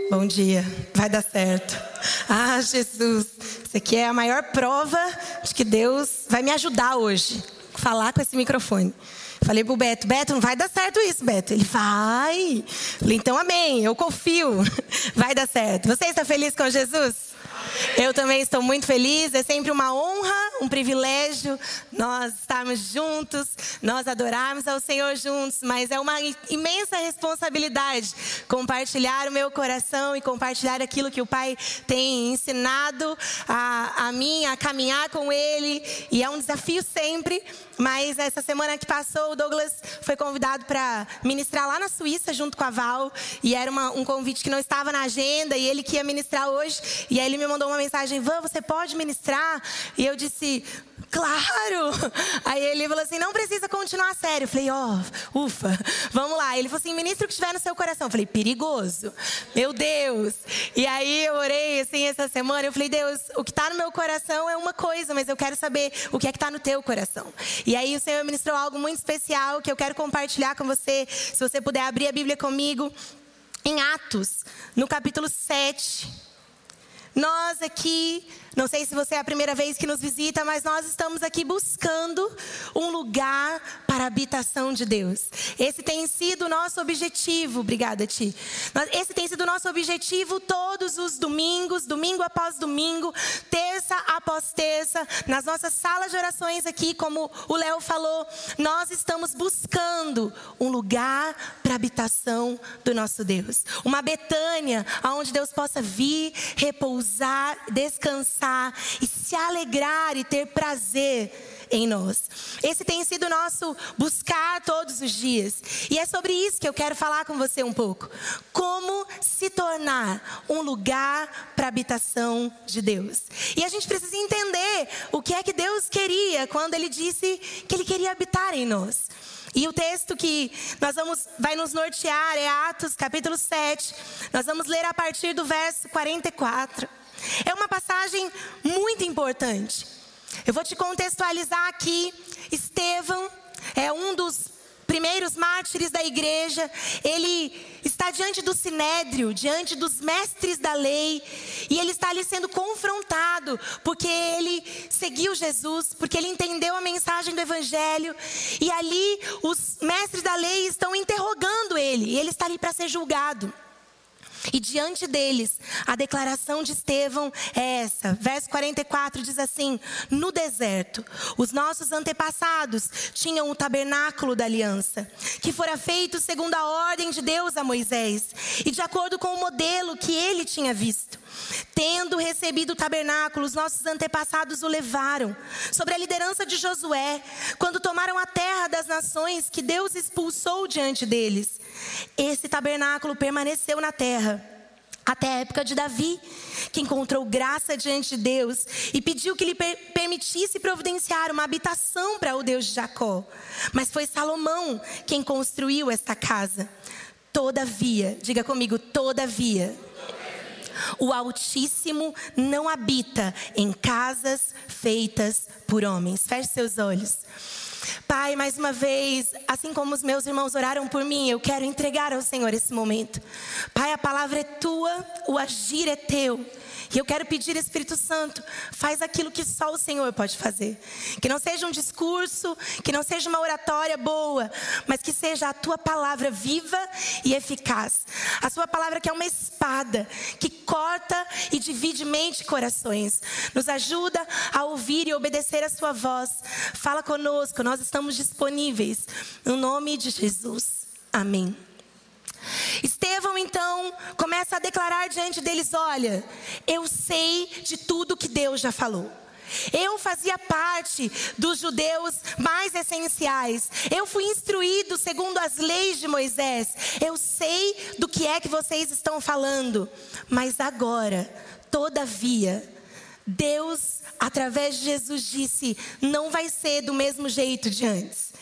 Bom dia, vai dar certo. Ah, Jesus, isso aqui é a maior prova de que Deus vai me ajudar hoje. Falar com esse microfone. Falei pro Beto, não vai dar certo isso, Beto. Ele vai. Falei, então amém, eu confio. Vai dar certo. Você está feliz com Jesus? Eu também estou muito feliz, é sempre uma honra, um privilégio nós estarmos juntos, nós adorarmos ao Senhor juntos, mas é uma imensa responsabilidade compartilhar o meu coração e compartilhar aquilo que o Pai tem ensinado a mim, a caminhar com Ele, e é um desafio sempre, mas essa semana que passou o Douglas foi convidado para ministrar lá na Suíça junto com a Val, e era um convite que não estava na agenda, e ele que ia ministrar hoje, e aí ele me mandou uma mensagem, Van, você pode ministrar? E eu disse, claro! Aí ele falou assim, não precisa continuar sério. Eu falei, ufa, vamos lá. Ele falou assim, ministra o que estiver no seu coração. Eu falei, perigoso, meu Deus. E aí eu orei assim essa semana, eu falei, Deus, o que está no meu coração é uma coisa, mas eu quero saber o que é que está no teu coração. E aí o Senhor ministrou algo muito especial que eu quero compartilhar com você. Se você puder abrir a Bíblia comigo, em Atos, no capítulo 7. Nós aqui, não sei se você é a primeira vez que nos visita, mas nós estamos aqui buscando um lugar para a habitação de Deus. Esse tem sido o nosso objetivo, obrigada, Ti. Esse tem sido o nosso objetivo todos os domingos, domingo após domingo, terça após terça, nas nossas salas de orações aqui, como o Léo falou, nós estamos buscando um lugar para a habitação do nosso Deus. Uma Betânia, onde Deus possa vir, repousar, descansar e se alegrar e ter prazer em nós. Esse tem sido o nosso buscar todos os dias. E é sobre isso que eu quero falar com você um pouco. Como se tornar um lugar para a habitação de Deus. E a gente precisa entender o que é que Deus queria quando Ele disse que Ele queria habitar em nós. E o texto que vai nos nortear é Atos capítulo 7. Nós vamos ler a partir do verso 44. É uma passagem muito importante. Eu vou te contextualizar aqui. Estevão é um dos primeiros mártires da igreja. Ele está diante do sinédrio, diante dos mestres da lei. E ele está ali sendo confrontado, porque ele seguiu Jesus, porque ele entendeu a mensagem do evangelho. E ali os mestres da lei estão interrogando ele. E ele está ali para ser julgado. E diante deles, a declaração de Estevão é essa. Verso 44 diz assim: no deserto, os nossos antepassados tinham o tabernáculo da aliança, que fora feito segundo a ordem de Deus a Moisés, e de acordo com o modelo que ele tinha visto. Tendo recebido o tabernáculo, os nossos antepassados o levaram, sobre a liderança de Josué, quando tomaram a terra das nações que Deus expulsou diante deles. Esse tabernáculo permaneceu na terra até a época de Davi, que encontrou graça diante de Deus e pediu que lhe permitisse providenciar uma habitação para o Deus de Jacó. Mas foi Salomão quem construiu esta casa. Todavia, diga comigo, todavia, o Altíssimo não habita em casas feitas por homens. Feche seus olhos. Pai, mais uma vez, assim como os meus irmãos oraram por mim, eu quero entregar ao Senhor esse momento. Pai, a palavra é tua, o agir é teu. E eu quero pedir, Espírito Santo, faz aquilo que só o Senhor pode fazer. Que não seja um discurso, que não seja uma oratória boa, mas que seja a tua palavra viva e eficaz. A sua palavra que é uma espada, que corta e divide mente e corações. Nos ajuda a ouvir e obedecer a sua voz. Fala conosco, nós estamos disponíveis. No nome de Jesus. Amém. Estevão então começa a declarar diante deles: olha, eu sei de tudo que Deus já falou. Eu fazia parte dos judeus mais essenciais. Eu fui instruído segundo as leis de Moisés. Eu sei do que é que vocês estão falando. Mas agora, todavia, Deus, através de Jesus, disse: não vai ser do mesmo jeito de antes.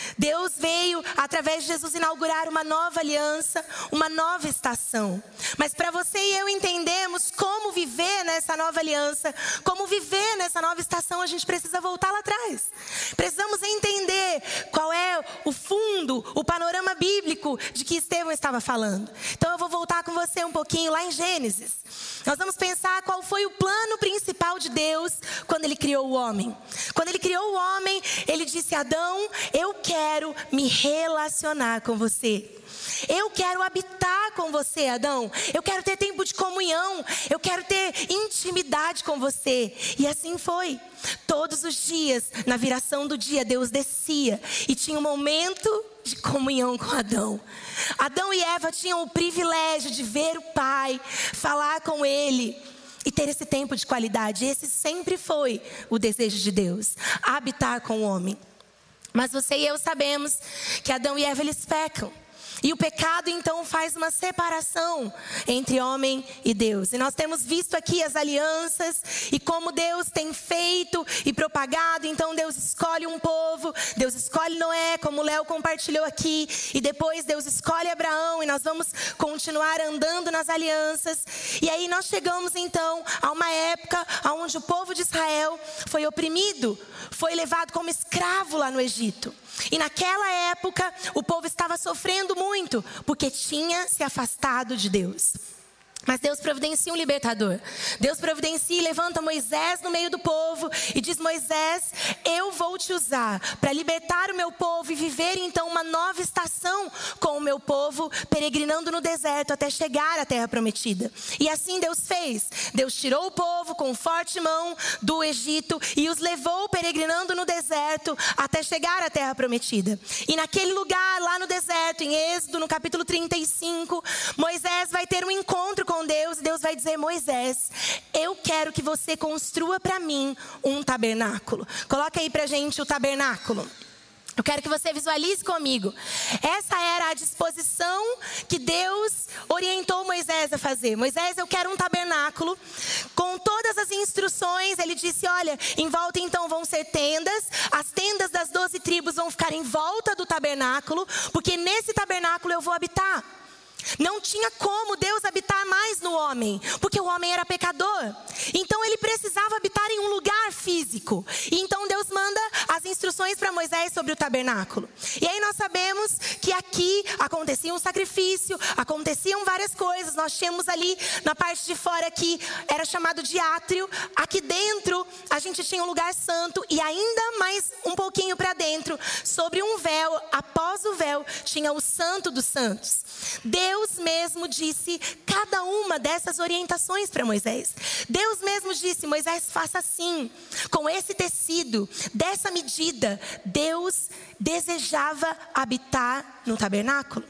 Deus veio, através de Jesus, inaugurar uma nova aliança, uma nova estação. Mas para você e eu entendermos como viver nessa nova aliança, como viver nessa nova estação, a gente precisa voltar lá atrás. Precisamos entender qual é o fundo, o panorama bíblico de que Estevão estava falando. Então eu vou voltar com você um pouquinho lá em Gênesis. Nós vamos pensar qual foi o plano principal de Deus quando Ele criou o homem. Quando Ele criou o homem, Ele disse a Adão: eu quero me relacionar com você. Eu quero habitar com você, Adão. Eu quero ter tempo de comunhão. Eu quero ter intimidade com você. E assim foi. Todos os dias, na viração do dia, Deus descia e tinha um momento de comunhão com Adão. Adão e Eva tinham o privilégio de ver o Pai, falar com Ele e ter esse tempo de qualidade. Esse sempre foi o desejo de Deus, habitar com o homem. Mas você e eu sabemos que Adão e Eva, eles pecam. E o pecado então faz uma separação entre homem e Deus. E nós temos visto aqui as alianças e como Deus tem feito e propagado. Então Deus escolhe um povo, Deus escolhe Noé, como o Léo compartilhou aqui. E depois Deus escolhe Abraão e nós vamos continuar andando nas alianças. E aí nós chegamos então a uma época onde o povo de Israel foi oprimido, foi levado como escravo lá no Egito. E naquela época o povo estava sofrendo muito, porque tinha se afastado de Deus. Mas Deus providencia um libertador. Deus providencia e levanta Moisés no meio do povo e diz: Moisés, eu vou te usar para libertar o meu povo e viver então uma nova estação com o meu povo, peregrinando no deserto até chegar à terra prometida. E assim Deus fez. Deus tirou o povo com forte mão do Egito e os levou peregrinando no deserto até chegar à terra prometida. E naquele lugar, lá no deserto, em Êxodo, no capítulo 35, Moisés vai ter um encontro com Deus e Deus vai dizer: Moisés, eu quero que você construa para mim um tabernáculo. Coloca aí pra gente o tabernáculo. Eu quero que você visualize comigo. Essa era a disposição que Deus orientou Moisés a fazer. Moisés, eu quero um tabernáculo com todas as instruções. Ele disse: olha, em volta então vão ser tendas. As tendas das 12 tribos vão ficar em volta do tabernáculo, porque nesse tabernáculo eu vou habitar. Não tinha como Deus habitar mais no homem, porque o homem era pecador. Então ele precisava habitar em um lugar físico. E então Deus manda as instruções para Moisés sobre o tabernáculo. E aí nós sabemos que aqui acontecia um sacrifício, aconteciam várias coisas. Nós tínhamos ali na parte de fora que era chamado de átrio. Aqui dentro a gente tinha um lugar santo e ainda mais um pouquinho para dentro, sobre um véu, após o véu, tinha o Santo dos Santos. Deus mesmo disse cada uma dessas orientações para Moisés. Deus mesmo disse: Moisés, faça assim, com esse tecido, dessa medida. Deus desejava habitar no tabernáculo.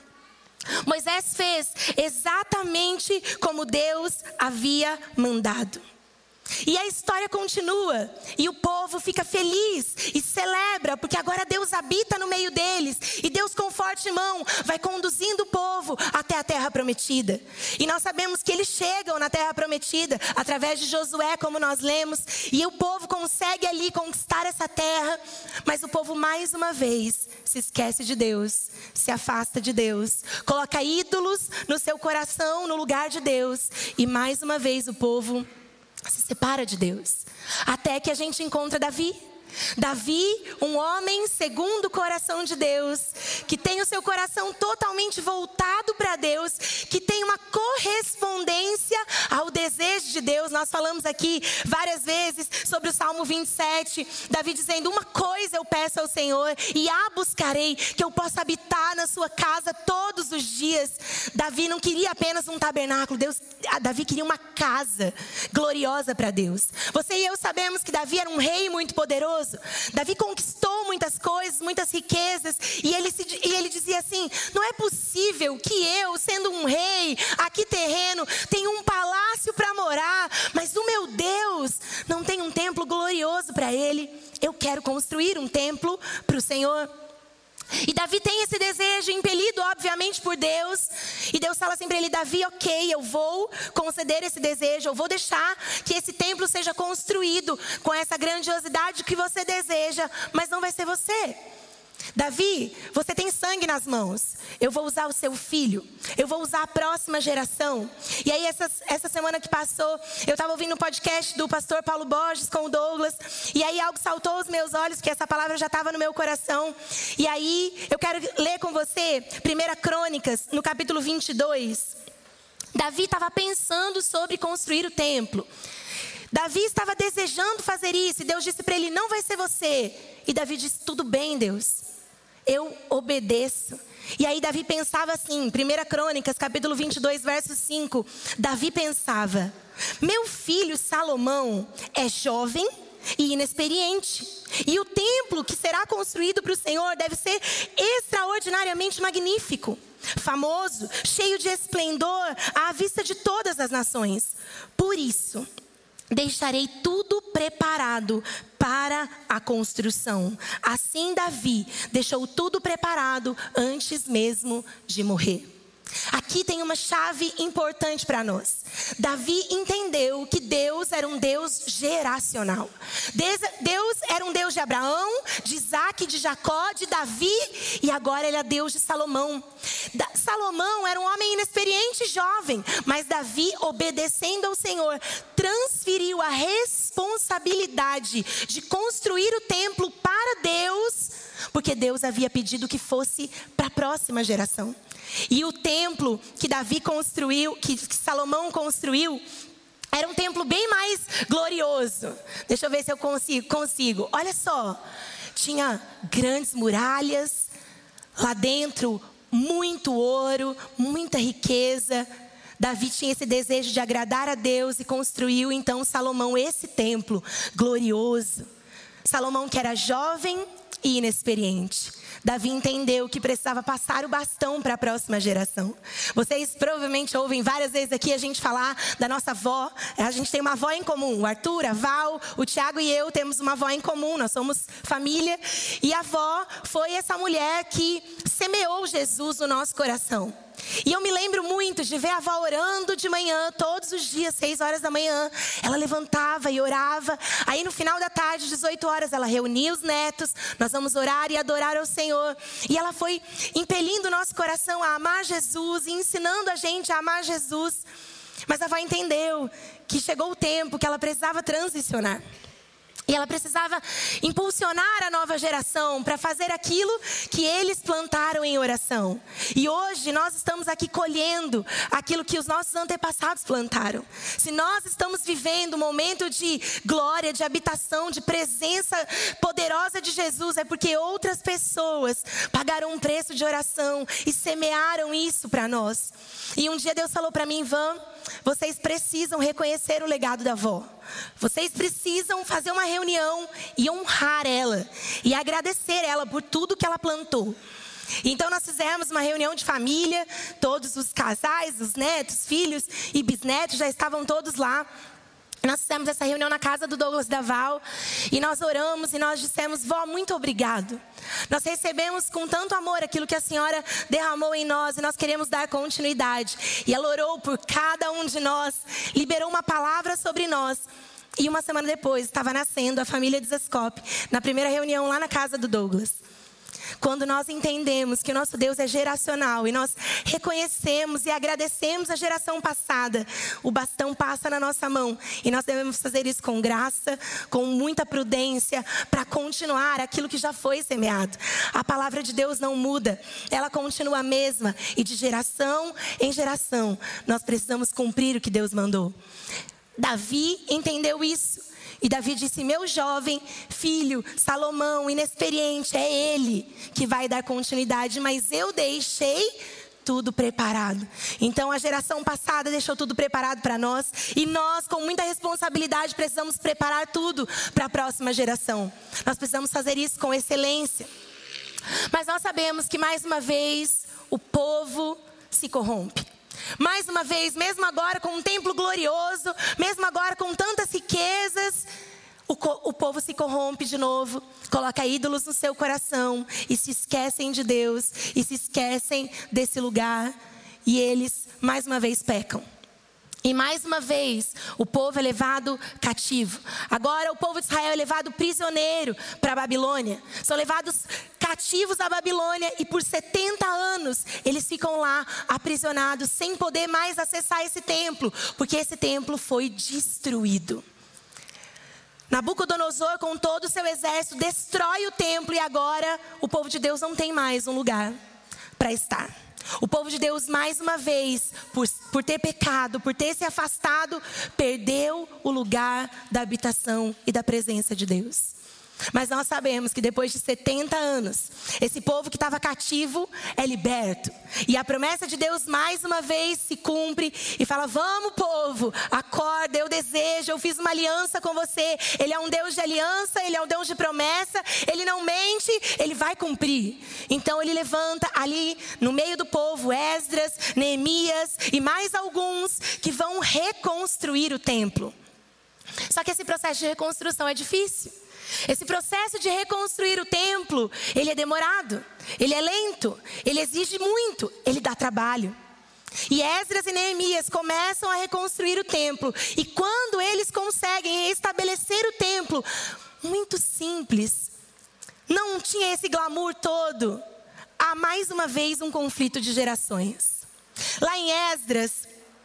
Moisés fez exatamente como Deus havia mandado. E a história continua, e o povo fica feliz e celebra, porque agora Deus habita no meio deles, e Deus com forte mão vai conduzindo o povo até a terra prometida. E nós sabemos que eles chegam na terra prometida através de Josué, como nós lemos, e o povo consegue ali conquistar essa terra, mas o povo mais uma vez se esquece de Deus, se afasta de Deus, coloca ídolos no seu coração no lugar de Deus, e mais uma vez o povo se separa de Deus. Até que a gente encontra Davi. Davi, um homem segundo o coração de Deus, que tem o seu coração totalmente voltado para Deus, que tem uma correspondência ao desejo de Deus. Nós falamos aqui várias vezes sobre o Salmo 27, Davi dizendo: uma coisa eu peço ao Senhor e a buscarei, que eu possa habitar na sua casa todos os dias. Davi não queria apenas um tabernáculo, Davi queria uma casa gloriosa para Deus. Você e eu sabemos que Davi era um rei muito poderoso. Davi conquistou muitas coisas, muitas riquezas, e ele dizia assim: não é possível que eu, sendo um rei aqui terreno, tenha um palácio para morar, mas o meu Deus não tem um templo glorioso para ele. Eu quero construir um templo para o Senhor. E Davi tem esse desejo, impelido obviamente por Deus. E Deus fala assim para ele: Davi, ok, eu vou conceder esse desejo, eu vou deixar que esse templo seja construído com essa grandiosidade que você deseja, mas não vai ser você. Davi, você tem sangue nas mãos. Eu vou usar o seu filho. Eu vou usar a próxima geração. E aí, essa semana que passou, eu estava ouvindo um podcast do pastor Paulo Borges com o Douglas. E aí, algo saltou aos meus olhos, que essa palavra já estava no meu coração. E aí, eu quero ler com você 1 Crônicas, no capítulo 22. Davi estava pensando sobre construir o templo. Davi estava desejando fazer isso. E Deus disse para ele, não vai ser você. E Davi disse, tudo bem, Deus. Eu obedeço. E aí Davi pensava assim, 1 Crônicas, capítulo 22, verso 5. Davi pensava, meu filho Salomão é jovem e inexperiente. E o templo que será construído para o Senhor deve ser extraordinariamente magnífico, famoso, cheio de esplendor à vista de todas as nações. Por isso, deixarei tudo preparado para a construção. Assim Davi deixou tudo preparado antes mesmo de morrer. Aqui tem uma chave importante para nós. Davi entendeu que Deus era um Deus geracional. Deus era um Deus de Abraão, de Isaac, de Jacó, de Davi, e agora ele é Deus de Salomão. Salomão era um homem inexperiente e jovem, mas Davi, obedecendo ao Senhor, transferiu a responsabilidade de construir o templo para Deus, porque Deus havia pedido que fosse para a próxima geração. E o templo que Davi construiu, que Salomão construiu, era um templo bem mais glorioso. Deixa eu ver se eu consigo. Olha só, tinha grandes muralhas, lá dentro muito ouro, muita riqueza. Davi tinha esse desejo de agradar a Deus e construiu então Salomão esse templo glorioso. Salomão, que era jovem e inexperiente, Davi entendeu que precisava passar o bastão para a próxima geração. Vocês provavelmente ouvem várias vezes aqui a gente falar da nossa avó. A gente tem uma avó em comum. O Arthur, a Val, o Tiago e eu temos uma avó em comum. Nós somos família. E a avó foi essa mulher que semeou Jesus no nosso coração. E eu me lembro muito de ver a avó orando de manhã, todos os dias, 6 horas da manhã. Ela levantava e orava. Aí no final da tarde, 18 horas, ela reunia os netos. Nós vamos orar e adorar ao Senhor. E ela foi impelindo o nosso coração a amar Jesus e ensinando a gente a amar Jesus. Mas a avó entendeu que chegou o tempo que ela precisava transicionar. E ela precisava impulsionar a nova geração para fazer aquilo que eles plantaram em oração. E hoje nós estamos aqui colhendo aquilo que os nossos antepassados plantaram. Se nós estamos vivendo um momento de glória, de habitação, de presença poderosa de Jesus, é porque outras pessoas pagaram um preço de oração e semearam isso para nós. E um dia Deus falou para mim, Van, vocês precisam reconhecer o legado da avó. Vocês precisam fazer uma reunião e honrar ela e agradecer ela por tudo que ela plantou. Então nós fizemos uma reunião de família, todos os casais, os netos, filhos e bisnetos já estavam todos lá. Nós fizemos essa reunião na casa do Douglas e da Val e nós oramos e nós dissemos, vó, muito obrigado. Nós recebemos com tanto amor aquilo que a senhora derramou em nós e nós queremos dar continuidade. E ela orou por cada um de nós, liberou uma palavra sobre nós. E uma semana depois estava nascendo a família Desescope, na primeira reunião lá na casa do Douglas. Quando nós entendemos que o nosso Deus é geracional e nós reconhecemos e agradecemos a geração passada, o bastão passa na nossa mão e nós devemos fazer isso com graça, com muita prudência, para continuar aquilo que já foi semeado. A palavra de Deus não muda, ela continua a mesma e de geração em geração nós precisamos cumprir o que Deus mandou. Davi entendeu isso. E Davi disse, meu jovem filho, Salomão, inexperiente, é ele que vai dar continuidade, mas eu deixei tudo preparado. Então a geração passada deixou tudo preparado para nós e nós, com muita responsabilidade, precisamos preparar tudo para a próxima geração. Nós precisamos fazer isso com excelência. Mas nós sabemos que mais uma vez o povo se corrompe. Mais uma vez, mesmo agora com um templo glorioso, mesmo agora com tantas riquezas, o povo se corrompe de novo, coloca ídolos no seu coração e se esquecem de Deus e se esquecem desse lugar e eles mais uma vez pecam. E mais uma vez, o povo é levado cativo. Agora o povo de Israel é levado prisioneiro para a Babilônia. São levados cativos cativos à Babilônia, e por 70 anos eles ficam lá aprisionados, sem poder mais acessar esse templo, porque esse templo foi destruído. Nabucodonosor, com todo o seu exército, destrói o templo, e agora o povo de Deus não tem mais um lugar para estar. O povo de Deus, mais uma vez, por ter pecado, por ter se afastado, perdeu o lugar da habitação e da presença de Deus. Mas nós sabemos que depois de 70 anos, esse povo que estava cativo é liberto. E a promessa de Deus mais uma vez se cumpre e fala: vamos, povo, acorda, eu desejo, eu fiz uma aliança com você. Ele é um Deus de aliança, Ele é um Deus de promessa, Ele não mente, Ele vai cumprir. Então Ele levanta ali no meio do povo Esdras, Neemias e mais alguns que vão reconstruir o templo. Só que esse processo de reconstrução é difícil. Esse processo de reconstruir o templo, ele é demorado, ele é lento, ele exige muito, ele dá trabalho. E Esdras e Neemias começam a reconstruir o templo. E quando eles conseguem estabelecer o templo, muito simples, não tinha esse glamour todo, há mais uma vez um conflito de gerações. Lá em Esdras,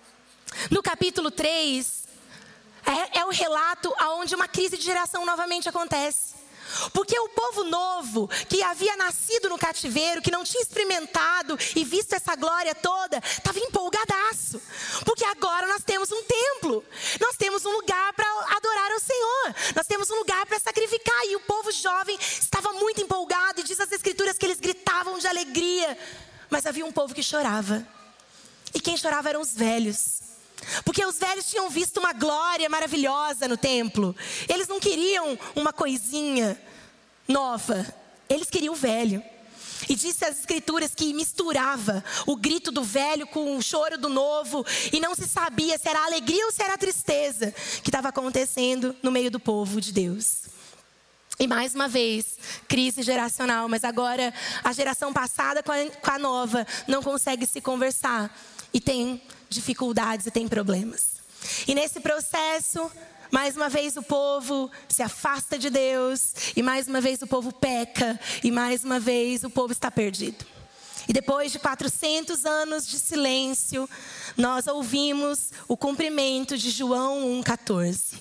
no capítulo 3, é o relato onde uma crise de geração novamente acontece. Porque o povo novo, que havia nascido no cativeiro, que não tinha experimentado e visto essa glória toda, estava empolgadaço. Porque agora nós temos um templo, nós temos um lugar para adorar ao Senhor, nós temos um lugar para sacrificar. E o povo jovem estava muito empolgado, e diz as Escrituras que eles gritavam de alegria. Mas havia um povo que chorava, e quem chorava eram os velhos. Porque os velhos tinham visto uma glória maravilhosa no templo. Eles não queriam uma coisinha nova, eles queriam o velho. E disse as Escrituras que misturava o grito do velho com o choro do novo, e não se sabia se era alegria ou se era tristeza que estava acontecendo no meio do povo de Deus. E mais uma vez, crise geracional, mas agora a geração passada com a nova não consegue se conversar e tem dificuldades e tem problemas. E nesse processo, mais uma vez o povo se afasta de Deus, e mais uma vez o povo peca, e mais uma vez o povo está perdido. E depois de 400 anos de silêncio, nós ouvimos o cumprimento de João 1,14.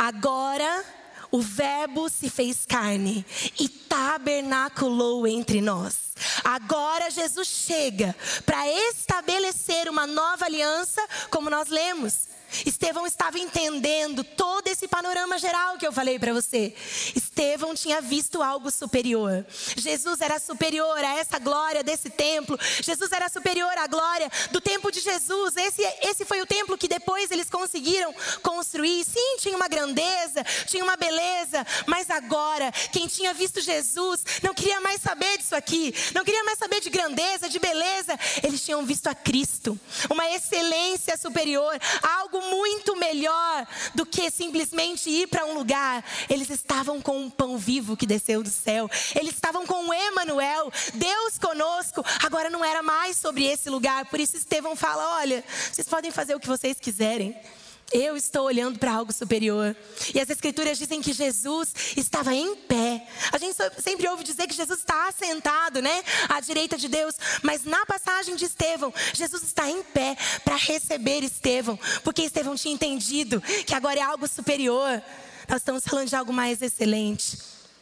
Agora o Verbo se fez carne e tabernaculou entre nós. Agora Jesus chega para estabelecer uma nova aliança, como nós lemos. Estevão estava entendendo todo esse panorama geral que eu falei para você. Estevão tinha visto algo superior. Jesus era superior a essa glória desse templo. Jesus era superior à glória do templo de Jesus. Esse foi o templo que depois eles conseguiram construir. Sim, tinha uma grandeza, tinha uma beleza. Mas agora, quem tinha visto Jesus não queria mais saber disso aqui. Não queria mais saber de grandeza, de beleza. Eles tinham visto a Cristo, uma excelência superior, algo muito melhor do que simplesmente ir para um lugar. Eles estavam com um pão vivo que desceu do céu. Eles estavam com o Emanuel, Deus conosco. Agora não era mais sobre esse lugar. Por isso Estevão fala: olha, vocês podem fazer o que vocês quiserem, eu estou olhando para algo superior. E as Escrituras dizem que Jesus estava em pé. A gente sempre ouve dizer que Jesus está assentado, né, à direita de Deus. Mas na passagem de Estevão, Jesus está em pé para receber Estevão. Porque Estevão tinha entendido que agora é algo superior. Nós estamos falando de algo mais excelente.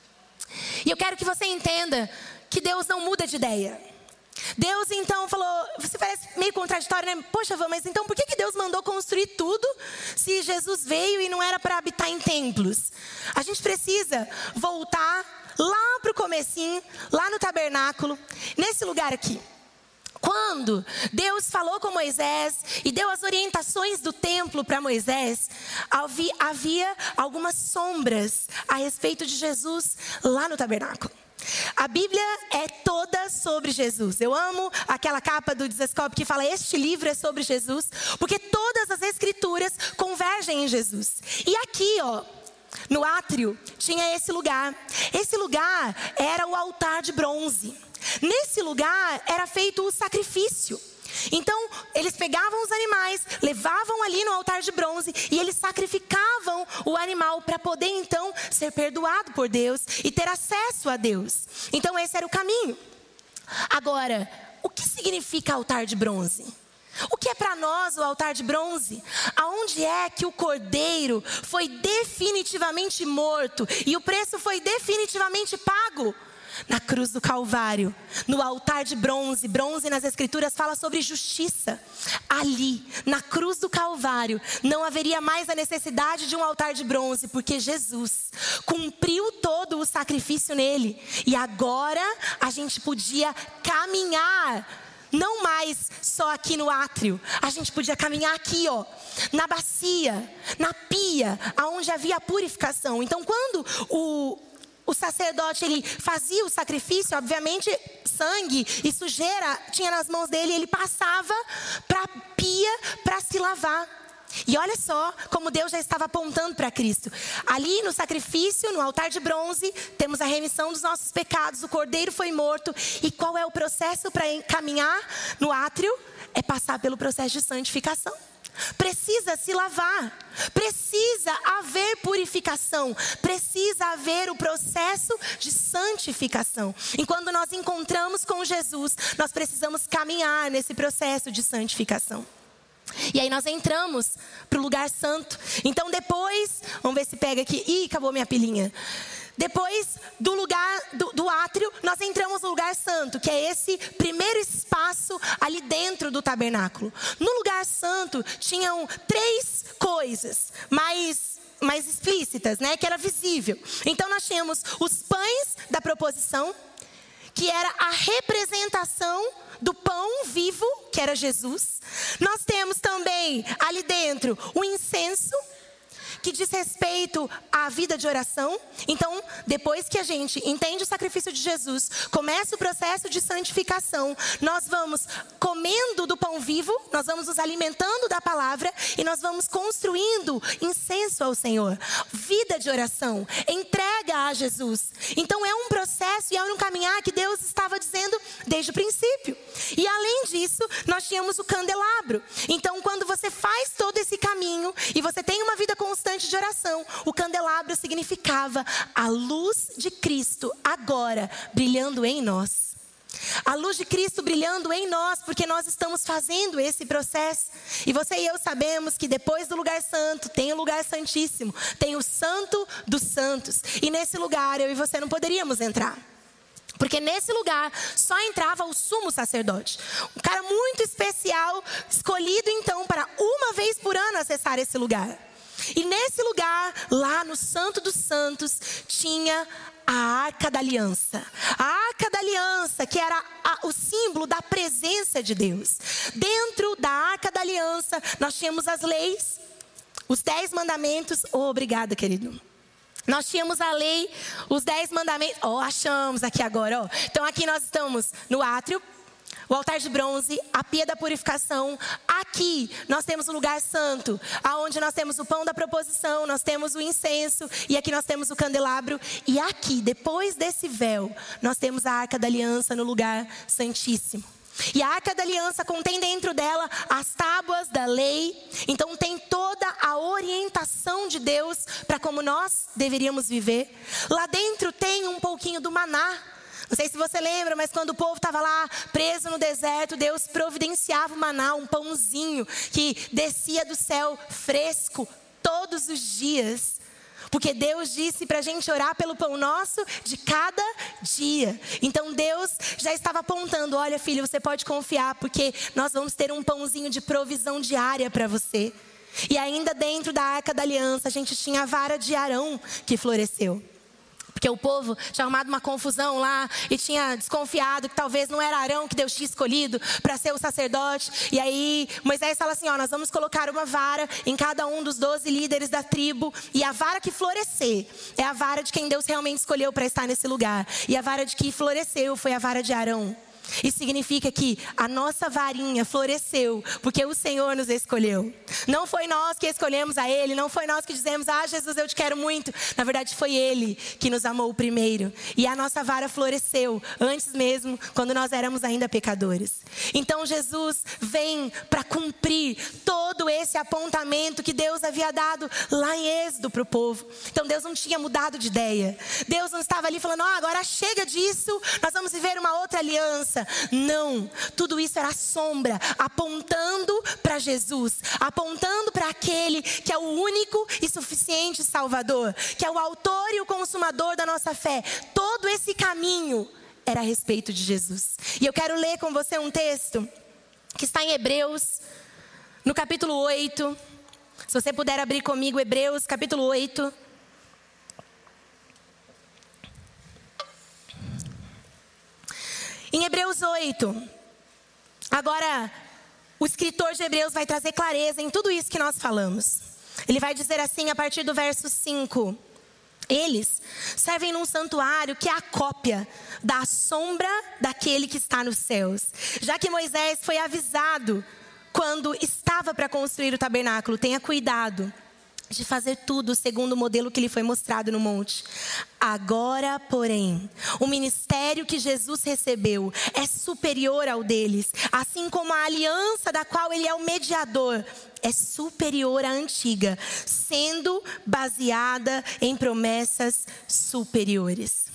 E eu quero que você entenda que Deus não muda de ideia. Deus então falou, você parece meio contraditório, né? Poxa, mas então por que Deus mandou construir tudo se Jesus veio e não era para habitar em templos? A gente precisa voltar lá para o comecinho, lá no tabernáculo, nesse lugar aqui. Quando Deus falou com Moisés e deu as orientações do templo para Moisés, havia algumas sombras a respeito de Jesus lá no tabernáculo. A Bíblia é toda sobre Jesus. Eu amo aquela capa do Desescope que fala: este livro é sobre Jesus, porque todas as Escrituras convergem em Jesus. E aqui, ó, no átrio, tinha esse lugar. Esse lugar era o altar de bronze. Nesse lugar era feito o sacrifício. Então, eles pegavam os animais, levavam ali no altar de bronze e eles sacrificavam o animal para poder então ser perdoado por Deus e ter acesso a Deus. Então esse era o caminho. Agora, o que significa altar de bronze? O que é para nós o altar de bronze? Aonde é que o cordeiro foi definitivamente morto e o preço foi definitivamente pago? Na cruz do Calvário, no altar de bronze. Bronze nas Escrituras fala sobre justiça. Ali, na cruz do Calvário, não haveria mais a necessidade de um altar de bronze, porque Jesus cumpriu todo o sacrifício nele. E agora a gente podia caminhar, não mais só aqui no átrio. A gente podia caminhar aqui, ó, na bacia, na pia, aonde havia purificação. Então, quando o sacerdote, ele fazia o sacrifício, obviamente, sangue e sujeira tinha nas mãos dele, ele passava para a pia para se lavar. E olha só como Deus já estava apontando para Cristo. Ali no sacrifício, no altar de bronze, temos a remissão dos nossos pecados, o cordeiro foi morto. E qual é o processo para caminhar no átrio? É passar pelo processo de santificação. Precisa se lavar, precisa haver purificação, precisa haver o processo de santificação. E quando nós encontramos com Jesus, nós precisamos caminhar nesse processo de santificação. E aí nós entramos para o lugar santo. Então depois, vamos ver se pega aqui. Ih, acabou minha pilinha. Depois do lugar do átrio, nós entramos no lugar santo, que é esse primeiro espaço ali dentro do tabernáculo. No lugar santo tinham 3 coisas mais explícitas, né, que era visível. Então nós tínhamos os pães da proposição, que era a representação do pão vivo, que era Jesus. Nós temos também ali dentro o incenso, que diz respeito à vida de oração. Então, depois que a gente entende o sacrifício de Jesus, começa o processo de santificação, nós vamos comendo do pão vivo, nós vamos nos alimentando da palavra e nós vamos construindo incenso ao Senhor. Vida de oração, entrega a Jesus. Então é um processo e é um caminhar que Deus estava dizendo desde o princípio. E além disso, nós tínhamos o candelabro. Então, quando você faz todo esse caminho e você tem uma vida constante de oração, o candelabro significava a luz de Cristo agora brilhando em nós. A luz de Cristo brilhando em nós, porque nós estamos fazendo esse processo. E você e eu sabemos que depois do lugar santo tem o lugar santíssimo, tem o santo dos santos. E nesse lugar eu e você não poderíamos entrar, porque nesse lugar só entrava o sumo sacerdote, um cara muito especial, escolhido então para uma vez por ano acessar esse lugar. E nesse lugar, lá no Santo dos Santos, tinha a Arca da Aliança. A Arca da Aliança, que era o símbolo da presença de Deus. Dentro da Arca da Aliança, nós tínhamos as leis, os 10 mandamentos. Oh, obrigada, querido. Nós tínhamos a lei, os 10 mandamentos. Oh, achamos aqui agora. Oh. Então aqui nós estamos no átrio, o altar de bronze, a pia da purificação. Aqui nós temos o lugar santo, aonde nós temos o pão da proposição, nós temos o incenso e aqui nós temos o candelabro. E aqui, depois desse véu, nós temos a Arca da Aliança no lugar santíssimo. E a Arca da Aliança contém dentro dela as tábuas da lei. Então tem toda a orientação de Deus para como nós deveríamos viver. Lá dentro tem um pouquinho do maná. Não sei se você lembra, mas quando o povo estava lá preso no deserto, Deus providenciava o maná, um pãozinho que descia do céu fresco todos os dias. Porque Deus disse para a gente orar pelo pão nosso de cada dia. Então Deus já estava apontando, olha filho, você pode confiar, porque nós vamos ter um pãozinho de provisão diária para você. E ainda dentro da Arca da Aliança, a gente tinha a vara de Arão que floresceu. Porque o povo tinha arrumado uma confusão lá e tinha desconfiado que talvez não era Arão que Deus tinha escolhido para ser o sacerdote. E aí Moisés fala assim, ó, nós vamos colocar uma vara em cada um dos 12 líderes da tribo. E a vara que florescer é a vara de quem Deus realmente escolheu para estar nesse lugar. E a vara de que floresceu foi a vara de Arão. Isso significa que a nossa varinha floresceu porque o Senhor nos escolheu. Não foi nós que escolhemos a Ele, não foi nós que dizemos, Jesus, eu te quero muito. Na verdade, foi Ele que nos amou primeiro. E a nossa vara floresceu antes mesmo, quando nós éramos ainda pecadores. Então Jesus vem para cumprir todo esse apontamento que Deus havia dado lá em Êxodo para o povo. Então Deus não tinha mudado de ideia. Deus não estava ali falando, agora chega disso, nós vamos viver uma outra aliança. Não, tudo isso era sombra, apontando para Jesus, apontando para aquele que é o único e suficiente Salvador, que é o autor e o consumador da nossa fé. Todo esse caminho era a respeito de Jesus. E eu quero ler com você um texto que está em Hebreus, no capítulo 8. Se você puder abrir comigo, Hebreus, capítulo 8. Em Hebreus 8, agora o escritor de Hebreus vai trazer clareza em tudo isso que nós falamos. Ele vai dizer assim a partir do verso 5. Eles servem num santuário que é a cópia da sombra daquele que está nos céus. Já que Moisés foi avisado quando estava para construir o tabernáculo, tenha cuidado de fazer tudo segundo o modelo que lhe foi mostrado no monte. Agora, porém, o ministério que Jesus recebeu é superior ao deles, assim como a aliança da qual ele é o mediador é superior à antiga, sendo baseada em promessas superiores.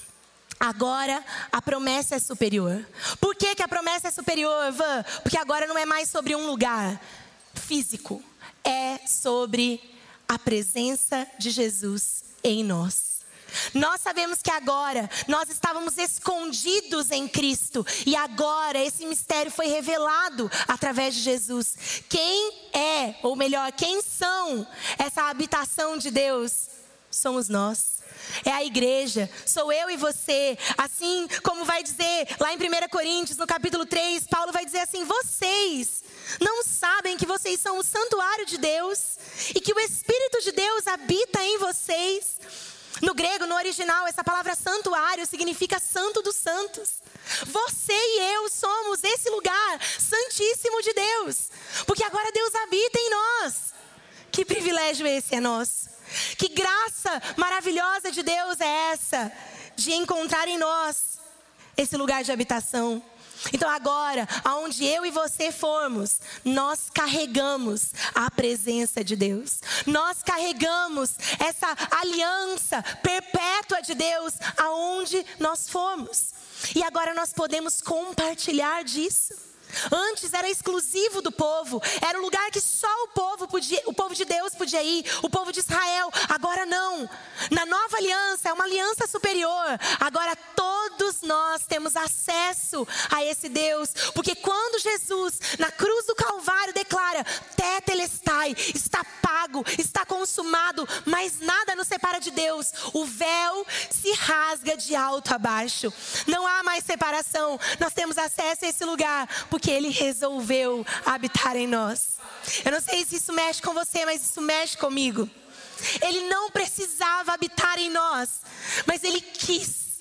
Agora a promessa é superior. Por que a promessa é superior, Van? Porque agora não é mais sobre um lugar físico, é sobre a presença de Jesus em nós. Nós sabemos que agora nós estávamos escondidos em Cristo e agora esse mistério foi revelado através de Jesus. Quem é, ou melhor, quem são essa habitação de Deus? Somos nós. É a igreja, sou eu e você. Assim como vai dizer lá em 1 Coríntios, no capítulo 3, Paulo vai dizer assim: vocês não sabem que vocês são o santuário de Deus e que o Espírito de Deus habita em vocês? No grego, no original, essa palavra santuário significa santo dos santos. Você e eu somos esse lugar santíssimo de Deus, porque agora Deus habita em nós. Que privilégio esse é nosso. Que graça maravilhosa de Deus é essa, de encontrar em nós esse lugar de habitação. Então agora, aonde eu e você formos, nós carregamos a presença de Deus. Nós carregamos essa aliança perpétua de Deus aonde nós formos. E agora nós podemos compartilhar disso. Antes era exclusivo do povo, era um lugar que só o povo de Deus podia ir, o povo de Israel. Agora não, na nova aliança, é uma aliança superior. Agora todos nós temos acesso a esse Deus, porque quando Jesus na cruz do Calvário declara: tetelestai, está pago, está consumado, mas nada nos separa de Deus. O véu se rasga de alto a baixo, não há mais separação. Nós temos acesso a esse lugar porque Ele resolveu habitar em nós. Eu não sei se isso mexe com você, mas isso mexe comigo. Ele não precisava habitar em nós, mas Ele quis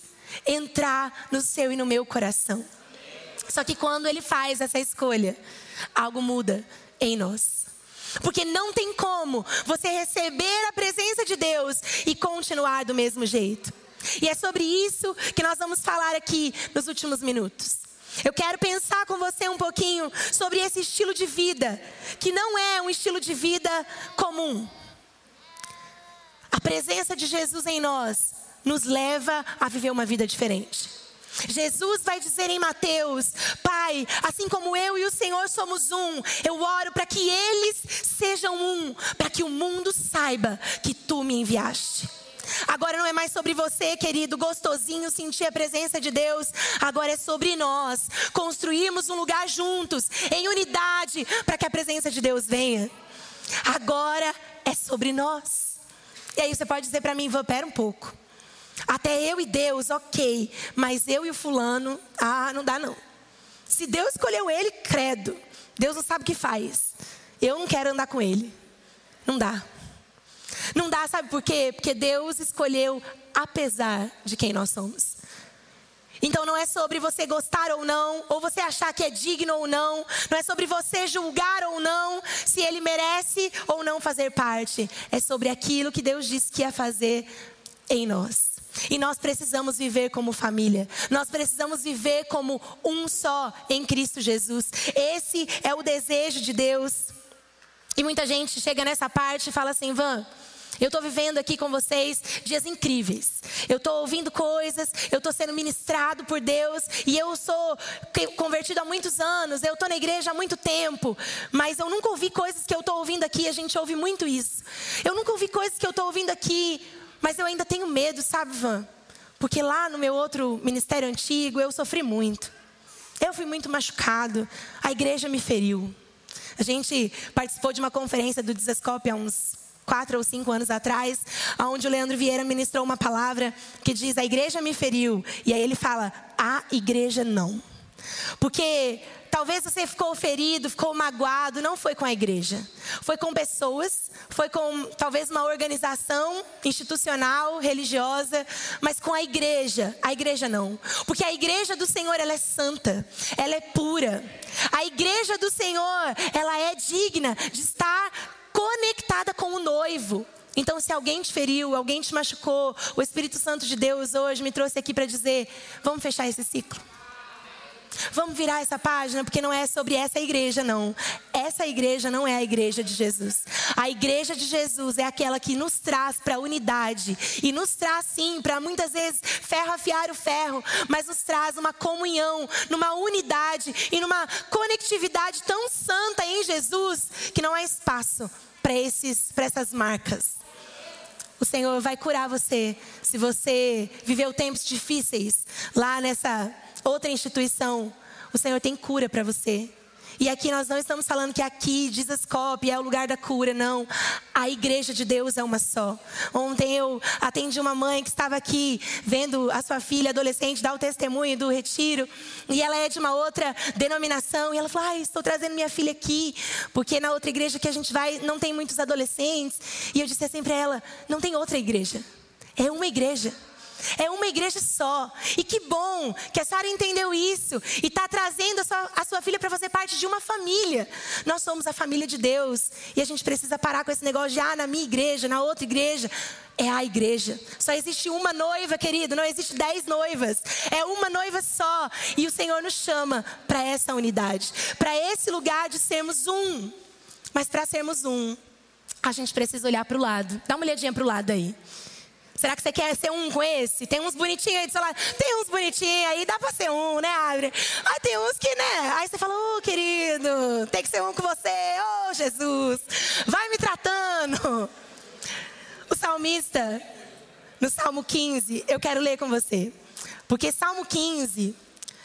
entrar no seu e no meu coração. Só que quando Ele faz essa escolha, algo muda em nós. Porque não tem como você receber a presença de Deus e continuar do mesmo jeito. E é sobre isso que nós vamos falar aqui nos últimos minutos. Eu quero pensar com você um pouquinho sobre esse estilo de vida, que não é um estilo de vida comum. A presença de Jesus em nós nos leva a viver uma vida diferente. Jesus vai dizer em Mateus: Pai, assim como eu e o Senhor somos um, eu oro para que eles sejam um, para que o mundo saiba que Tu me enviaste. Agora não é mais sobre você, querido, gostosinho, sentir a presença de Deus. Agora é sobre nós construirmos um lugar juntos, em unidade, para que a presença de Deus venha. Agora é sobre nós. E aí você pode dizer para mim: pera um pouco, até eu e Deus, ok, mas eu e o fulano, não dá não. Se Deus escolheu ele, credo, Deus não sabe o que faz. Eu não quero andar com ele. Não dá. Não dá, sabe por quê? Porque Deus escolheu apesar de quem nós somos. Então não é sobre você gostar ou não, ou você achar que é digno ou não. Não é sobre você julgar ou não, se ele merece ou não fazer parte. É sobre aquilo que Deus disse que ia fazer em nós. E nós precisamos viver como família. Nós precisamos viver como um só em Cristo Jesus. Esse é o desejo de Deus. E muita gente chega nessa parte e fala assim: Van, eu estou vivendo aqui com vocês dias incríveis. Eu estou ouvindo coisas, eu estou sendo ministrado por Deus. E eu sou convertido há muitos anos, eu estou na igreja há muito tempo. Mas eu nunca ouvi coisas que eu estou ouvindo aqui, a gente ouve muito isso. Eu nunca ouvi coisas que eu estou ouvindo aqui, mas eu ainda tenho medo, sabe, Van? Porque lá no meu outro ministério antigo, eu sofri muito. Eu fui muito machucado, a igreja me feriu. A gente participou de uma conferência do Desescope há uns 4 ou 5 anos atrás, onde o Leandro Vieira ministrou uma palavra que diz: a igreja me feriu. E aí ele fala: a igreja não. Porque talvez você ficou ferido, ficou magoado, não foi com a igreja. Foi com pessoas, foi com talvez uma organização institucional, religiosa, mas com a igreja não. Porque a igreja do Senhor, ela é santa, ela é pura. A igreja do Senhor, ela é digna de estar conectada com o noivo. Então, se alguém te feriu, alguém te machucou, o Espírito Santo de Deus hoje me trouxe aqui para dizer: vamos fechar esse ciclo. Vamos virar essa página, porque não é sobre essa igreja, não. Essa igreja não é a igreja de Jesus. A igreja de Jesus é aquela que nos traz para a unidade. E nos traz, sim, para muitas vezes ferro afiar o ferro, mas nos traz uma comunhão, numa unidade e numa conectividade tão santa em Jesus, que não há espaço para essas marcas. O Senhor vai curar você. Se você viveu tempos difíceis lá nessa outra instituição, o Senhor tem cura para você. E aqui nós não estamos falando que aqui, Desescope, é o lugar da cura, não. A igreja de Deus é uma só. Ontem eu atendi uma mãe que estava aqui vendo a sua filha adolescente dar o testemunho do retiro. E ela é de uma outra denominação. E ela falou: estou trazendo minha filha aqui, porque na outra igreja que a gente vai não tem muitos adolescentes. E eu disse assim para ela: não tem outra igreja, é uma igreja. É uma igreja só. E que bom que a Sara entendeu isso e está trazendo a sua filha para fazer parte de uma família. Nós somos a família de Deus. E a gente precisa parar com esse negócio de na minha igreja, na outra igreja. É a igreja. Só existe uma noiva, querido. Não existe 10 noivas. É uma noiva só. E o Senhor nos chama para essa unidade, para esse lugar de sermos um. Mas para sermos um, a gente precisa olhar para o lado. Dá uma olhadinha para o lado aí. Será que você quer ser um com esse? Tem uns bonitinhos aí do seu lado. Tem uns bonitinhos aí, dá pra ser um, né, Abre? Aí tem uns que, né? Aí você fala: querido, tem que ser um com você. Jesus, vai me tratando. O salmista, no Salmo 15, eu quero ler com você. Porque Salmo 15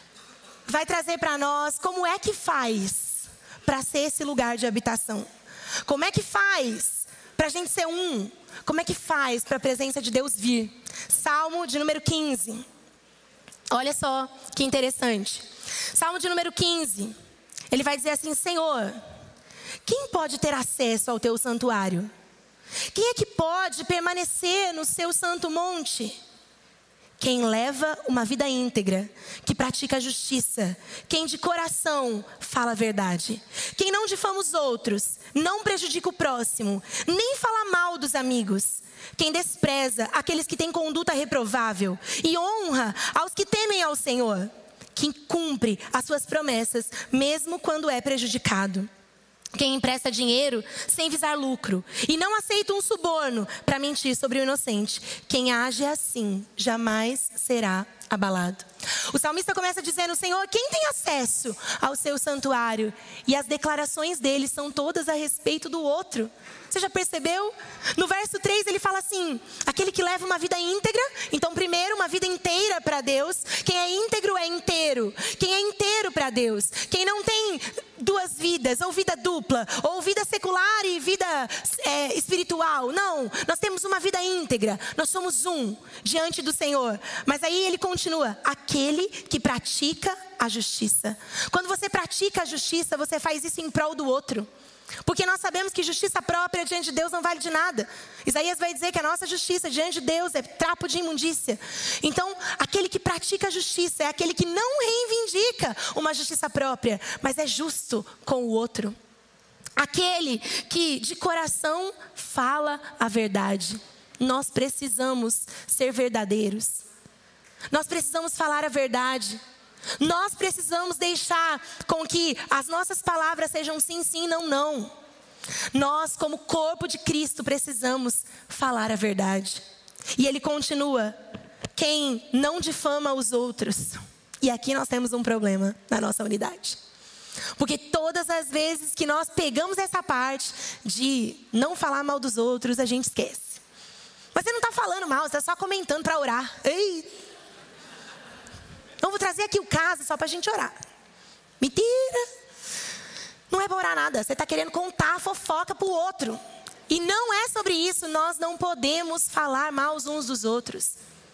vai trazer para nós como é que faz para ser esse lugar de habitação. Como é que faz para a gente ser um? Como é que faz para a presença de Deus vir? Salmo de número 15. Olha só que interessante. Salmo de número 15. Ele vai dizer assim: Senhor, quem pode ter acesso ao teu santuário? Quem é que pode permanecer no seu santo monte? Quem leva uma vida íntegra, que pratica a justiça, quem de coração fala a verdade, quem não difama os outros, não prejudica o próximo, nem fala mal dos amigos, quem despreza aqueles que têm conduta reprovável e honra aos que temem ao Senhor, quem cumpre as suas promessas, mesmo quando é prejudicado. Quem empresta dinheiro sem visar lucro e não aceita um suborno para mentir sobre o inocente. Quem age assim jamais será abalado. O salmista começa dizendo: Senhor, quem tem acesso ao seu santuário? E as declarações dele são todas a respeito do outro. Você já percebeu? No verso 3 ele fala assim: aquele que leva uma vida íntegra. Então primeiro uma vida inteira para Deus. Quem é íntegro é inteiro. Quem é inteiro para Deus. Quem não tem duas vidas, ou vida dupla, ou vida secular e vida espiritual. Não, nós temos uma vida íntegra. Nós somos um diante do Senhor. Mas aí ele continua: aquele que pratica a justiça. Quando você pratica a justiça, você faz isso em prol do outro. Porque nós sabemos que justiça própria diante de Deus não vale de nada. Isaías vai dizer que a nossa justiça diante de Deus é trapo de imundícia. Então, aquele que pratica a justiça é aquele que não reivindica uma justiça própria, mas é justo com o outro. Aquele que de coração fala a verdade. Nós precisamos ser verdadeiros. Nós precisamos falar a verdade. Nós precisamos deixar com que as nossas palavras sejam sim, sim, não, não. Nós, como corpo de Cristo, precisamos falar a verdade. E ele continua: quem não difama os outros. E aqui nós temos um problema na nossa unidade. Porque todas as vezes que nós pegamos essa parte de não falar mal dos outros, a gente esquece. Mas você não está falando mal, você está só comentando para orar. Ei! Então vou trazer aqui o caso só para a gente orar. Mentira! Não é para orar nada, você está querendo contar a fofoca para o outro. E não é sobre isso, nós não podemos falar mal uns dos outros.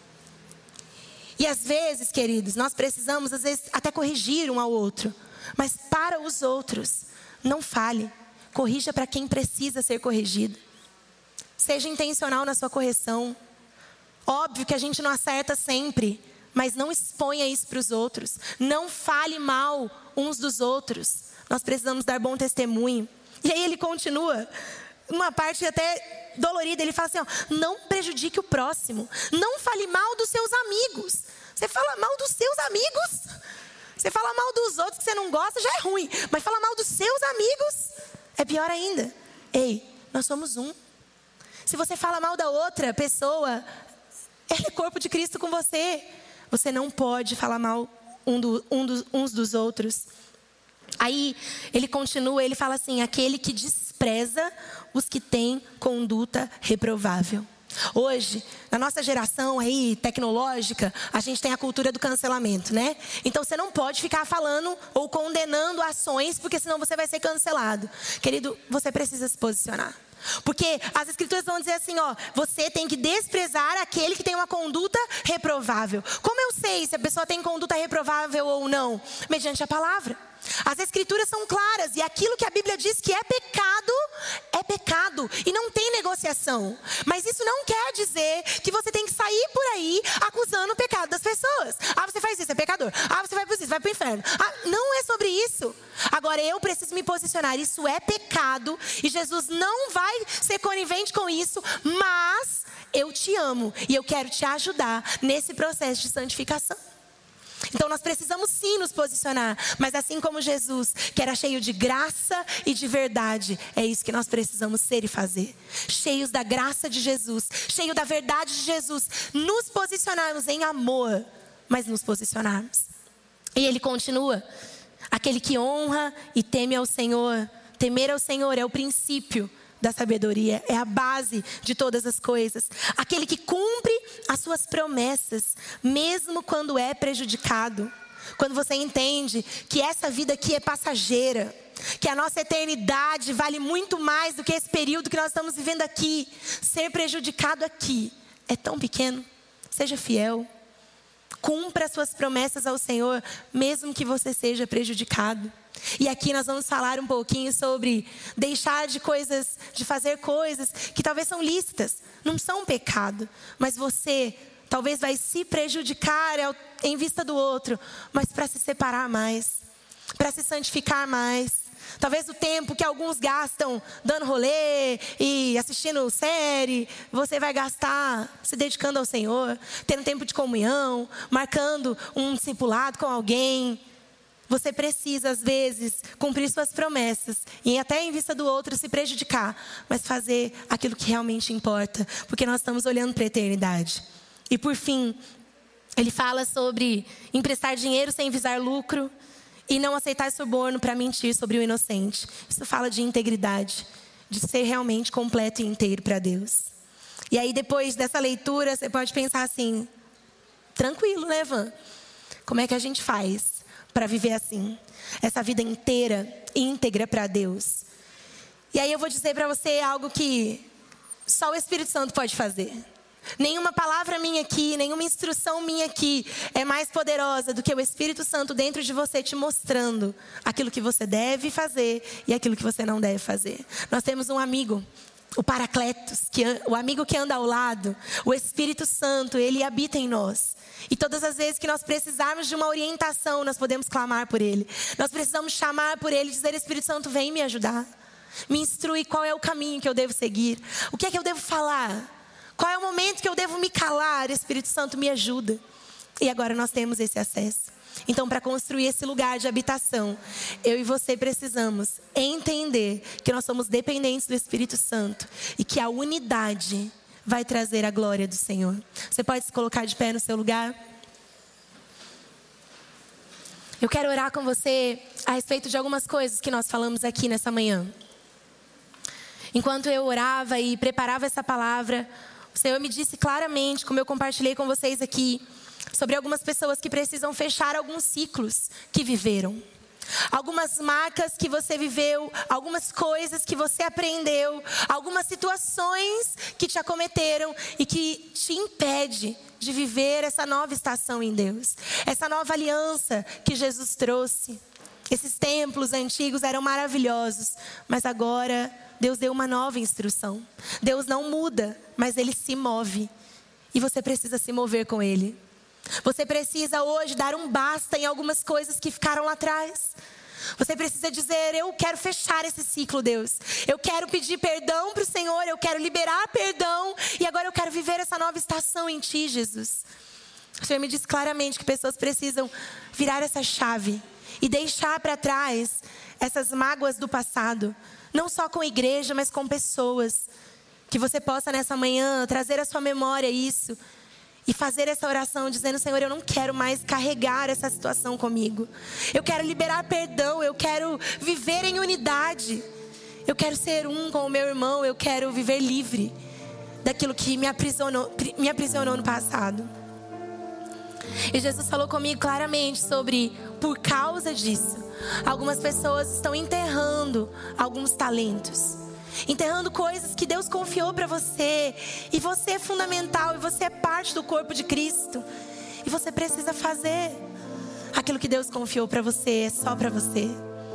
E às vezes, queridos, nós precisamos às vezes até corrigir um ao outro. Mas para os outros, não fale. Corrija para quem precisa ser corrigido. Seja intencional na sua correção. Óbvio que a gente não acerta sempre, mas não exponha isso para os outros. Não fale mal uns dos outros. Nós precisamos dar bom testemunho. E aí ele continua, uma parte até dolorida, ele fala assim, ó, não prejudique o próximo. Não fale mal dos seus amigos. Você fala mal dos seus amigos? Você fala mal dos outros que você não gosta, já é ruim. Mas falar mal dos seus amigos é pior ainda. Ei, nós somos um. Se você fala mal da outra pessoa, ela é corpo de Cristo com você. Você não pode falar mal uns dos outros. Aí ele continua, ele fala assim, aquele que despreza os que têm conduta reprovável. Hoje, na nossa geração aí tecnológica, a gente tem a cultura do cancelamento, né? Então você não pode ficar falando ou condenando ações, porque senão você vai ser cancelado. Querido, você precisa se posicionar. Porque as escrituras vão dizer assim, ó, você tem que desprezar aquele que tem uma conduta reprovável. Como eu sei se a pessoa tem conduta reprovável ou não? Mediante a palavra. As escrituras são claras e aquilo que a Bíblia diz que é pecado e não tem negociação. Mas isso não quer dizer que você tem que sair por aí acusando o pecado das pessoas. Ah, você faz isso, é pecador. Ah, você vai por isso, vai pro inferno. Ah, não é sobre isso. Agora eu preciso me posicionar, isso é pecado e Jesus não vai ser conivente com isso, mas eu te amo e eu quero te ajudar nesse processo de santificação. Então nós precisamos sim nos posicionar, mas assim como Jesus, que era cheio de graça e de verdade, é isso que nós precisamos ser e fazer. Cheios da graça de Jesus, cheios da verdade de Jesus, nos posicionarmos em amor, mas nos posicionarmos. E ele continua, aquele que honra e teme ao Senhor, temer ao Senhor é o princípio da sabedoria, é a base de todas as coisas. Aquele que cumpre as suas promessas, mesmo quando é prejudicado. Quando você entende que essa vida aqui é passageira, que a nossa eternidade vale muito mais do que esse período que nós estamos vivendo aqui. Ser prejudicado aqui é tão pequeno. Seja fiel. Cumpra as suas promessas ao Senhor, mesmo que você seja prejudicado. E aqui nós vamos falar um pouquinho sobre deixar de fazer coisas que talvez são lícitas, não são pecado, mas você talvez vai se prejudicar em vista do outro, mas para se separar mais, para se santificar mais. Talvez o tempo que alguns gastam dando rolê e assistindo série, você vai gastar se dedicando ao Senhor, tendo tempo de comunhão, marcando um discipulado com alguém. Você precisa, às vezes, cumprir suas promessas e até em vista do outro se prejudicar, mas fazer aquilo que realmente importa, porque nós estamos olhando para a eternidade. E por fim, ele fala sobre emprestar dinheiro sem visar lucro e não aceitar suborno para mentir sobre o inocente. Isso fala de integridade, de ser realmente completo e inteiro para Deus. E aí depois dessa leitura, você pode pensar assim, tranquilo, né, Van? Como é que a gente faz para viver assim? Essa vida inteira, íntegra para Deus. E aí eu vou dizer para você algo que só o Espírito Santo pode fazer. Nenhuma palavra minha aqui, nenhuma instrução minha aqui é mais poderosa do que o Espírito Santo dentro de você te mostrando aquilo que você deve fazer e aquilo que você não deve fazer. Nós temos um amigo, o Paracletos, o amigo que anda ao lado, o Espírito Santo, ele habita em nós. E todas as vezes que nós precisarmos de uma orientação, nós podemos clamar por ele. Nós precisamos chamar por ele e dizer: Espírito Santo, vem me ajudar. Me instrui qual é o caminho que eu devo seguir. O que é que eu devo falar? Qual é o momento que eu devo me calar? Espírito Santo, me ajuda. E agora nós temos esse acesso. Então, para construir esse lugar de habitação, eu e você precisamos entender que nós somos dependentes do Espírito Santo e que a unidade vai trazer a glória do Senhor. Você pode se colocar de pé no seu lugar? Eu quero orar com você a respeito de algumas coisas que nós falamos aqui nessa manhã. Enquanto eu orava e preparava essa palavra, o Senhor me disse claramente, como eu compartilhei com vocês aqui, sobre algumas pessoas que precisam fechar alguns ciclos que viveram. Algumas marcas que você viveu, algumas coisas que você aprendeu, algumas situações que te acometeram e que te impede de viver essa nova estação em Deus. Essa nova aliança que Jesus trouxe. Esses templos antigos eram maravilhosos, mas agora Deus deu uma nova instrução. Deus não muda, mas Ele se move. E você precisa se mover com Ele. Você precisa hoje dar um basta em algumas coisas que ficaram lá atrás. Você precisa dizer: eu quero fechar esse ciclo, Deus. Eu quero pedir perdão para o Senhor, eu quero liberar perdão. E agora eu quero viver essa nova estação em Ti, Jesus. O Senhor me diz claramente que pessoas precisam virar essa chave e deixar para trás essas mágoas do passado. Não só com a igreja, mas com pessoas. Que você possa nessa manhã trazer à sua memória isso. E fazer essa oração dizendo: Senhor, eu não quero mais carregar essa situação comigo. Eu quero liberar perdão, eu quero viver em unidade. Eu quero ser um com o meu irmão, eu quero viver livre daquilo que me aprisionou no passado. E Jesus falou comigo claramente sobre, por causa disso, algumas pessoas estão enterrando alguns talentos. Enterrando coisas que Deus confiou para você. E você é fundamental. E você é parte do corpo de Cristo. E você precisa fazer aquilo que Deus confiou para você. É só para você.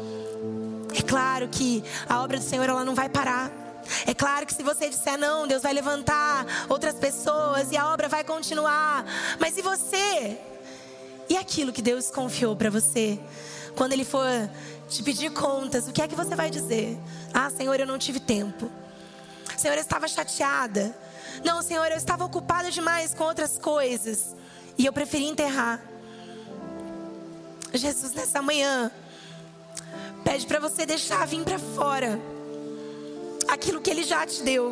É claro que a obra do Senhor, ela não vai parar. É claro que se você disser não, Deus vai levantar outras pessoas. E a obra vai continuar. Mas e você? E aquilo que Deus confiou para você? Quando Ele for te pedir contas, o que é que você vai dizer? Ah, Senhor, eu não tive tempo. Senhor, eu estava chateada. Não, Senhor, eu estava ocupada demais com outras coisas. E eu preferi enterrar. Jesus, nessa manhã, pede para você deixar vir para fora aquilo que Ele já te deu.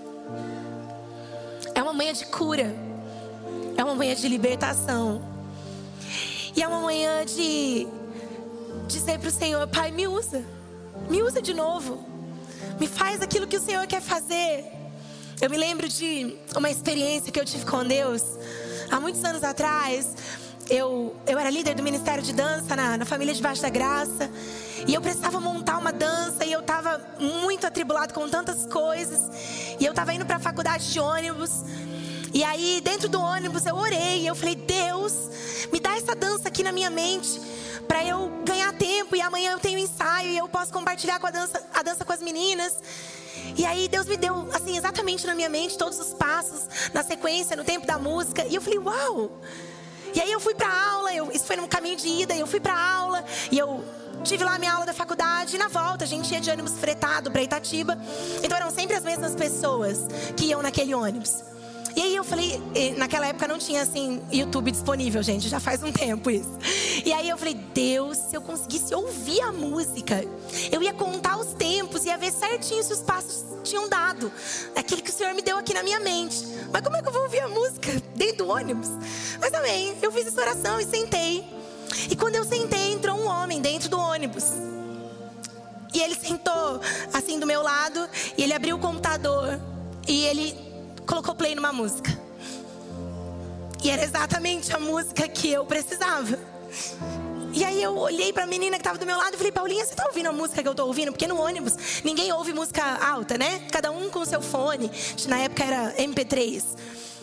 É uma manhã de cura. É uma manhã de libertação. E é uma manhã de dizer para o Senhor: Pai, me usa de novo, me faz aquilo que o Senhor quer fazer. Eu me lembro de uma experiência que eu tive com Deus há muitos anos atrás. Eu era líder do Ministério de Dança na Família Debaixo da Graça. E eu precisava montar uma dança. E eu estava muito atribulado com tantas coisas. E eu estava indo para a faculdade de ônibus. E aí dentro do ônibus eu orei. E eu falei: Deus, me dá essa dança aqui na minha mente, para eu ganhar tempo, e amanhã eu tenho ensaio e eu posso compartilhar a dança com as meninas. E aí Deus me deu, assim, exatamente na minha mente, todos os passos, na sequência, no tempo da música. E eu falei: uau! E aí eu fui pra aula, isso foi no caminho de ida, eu fui pra aula, e eu tive lá a minha aula da faculdade, e na volta a gente ia de ônibus fretado pra Itatiba. Então eram sempre as mesmas pessoas que iam naquele ônibus. E aí eu falei, naquela época não tinha assim YouTube disponível, gente, já faz um tempo isso. E aí eu falei: Deus, se eu conseguisse ouvir a música, eu ia contar os tempos, ia ver certinho se os passos tinham dado aquilo que o Senhor me deu aqui na minha mente. Mas como é que eu vou ouvir a música dentro do ônibus? Mas também, eu fiz essa oração e sentei. E quando eu sentei, entrou um homem dentro do ônibus. E ele sentou assim do meu lado, e ele abriu o computador, e ele colocou play numa música. E era exatamente a música que eu precisava. E aí eu olhei pra menina que tava do meu lado e falei: Paulinha, você tá ouvindo a música que eu tô ouvindo? Porque no ônibus ninguém ouve música alta, né? Cada um com o seu fone. Na época era MP3.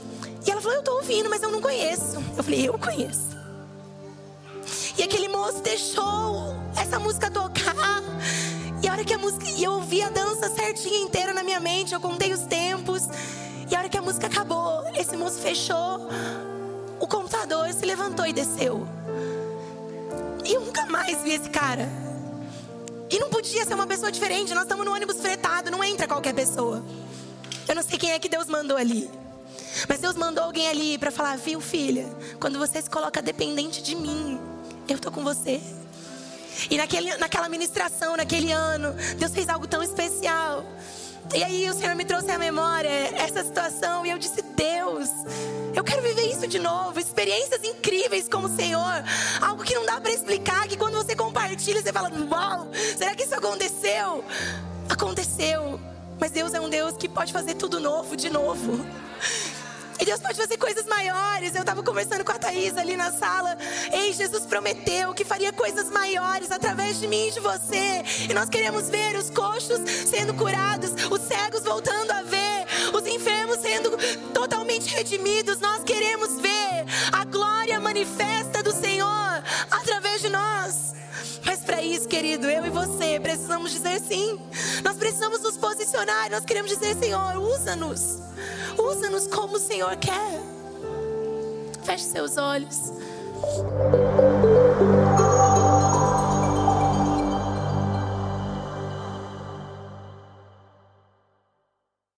E ela falou, eu tô ouvindo, mas eu não conheço. Eu falei, eu conheço. E aquele moço deixou essa música tocar. E a hora que a música... E eu ouvi a dança certinha inteira na minha mente. Eu contei os tempos. E a hora que a música acabou, esse moço fechou o computador, se levantou e desceu. E eu nunca mais vi esse cara. E não podia ser uma pessoa diferente. Nós estamos no ônibus fretado, não entra qualquer pessoa. Eu não sei quem é que Deus mandou ali. Mas Deus mandou alguém ali para falar, viu, filha? Quando você se coloca dependente de mim, eu tô com você. E naquela ministração, naquele ano, Deus fez algo tão especial. E aí o Senhor me trouxe à memória essa situação. E eu disse, Deus, eu quero viver isso de novo. Experiências incríveis com o Senhor. Algo que não dá para explicar. Que quando você compartilha, você fala, uau, será que isso aconteceu? Aconteceu. Mas Deus é um Deus que pode fazer tudo novo, de novo. E Deus pode fazer coisas maiores. Eu estava conversando com a Thaís ali na sala. Ei, Jesus prometeu que faria coisas maiores através de mim e de você. E nós queremos ver os coxos sendo curados, os cegos voltando a ver, os enfermos sendo totalmente redimidos. Nós queremos ver a glória manifesta do Senhor através de nós. Mas para isso, querido, eu e você precisamos dizer sim. Nós precisamos nos posicionar. Nós queremos dizer, Senhor, usa-nos. Usa-nos como o Senhor quer. Feche seus olhos.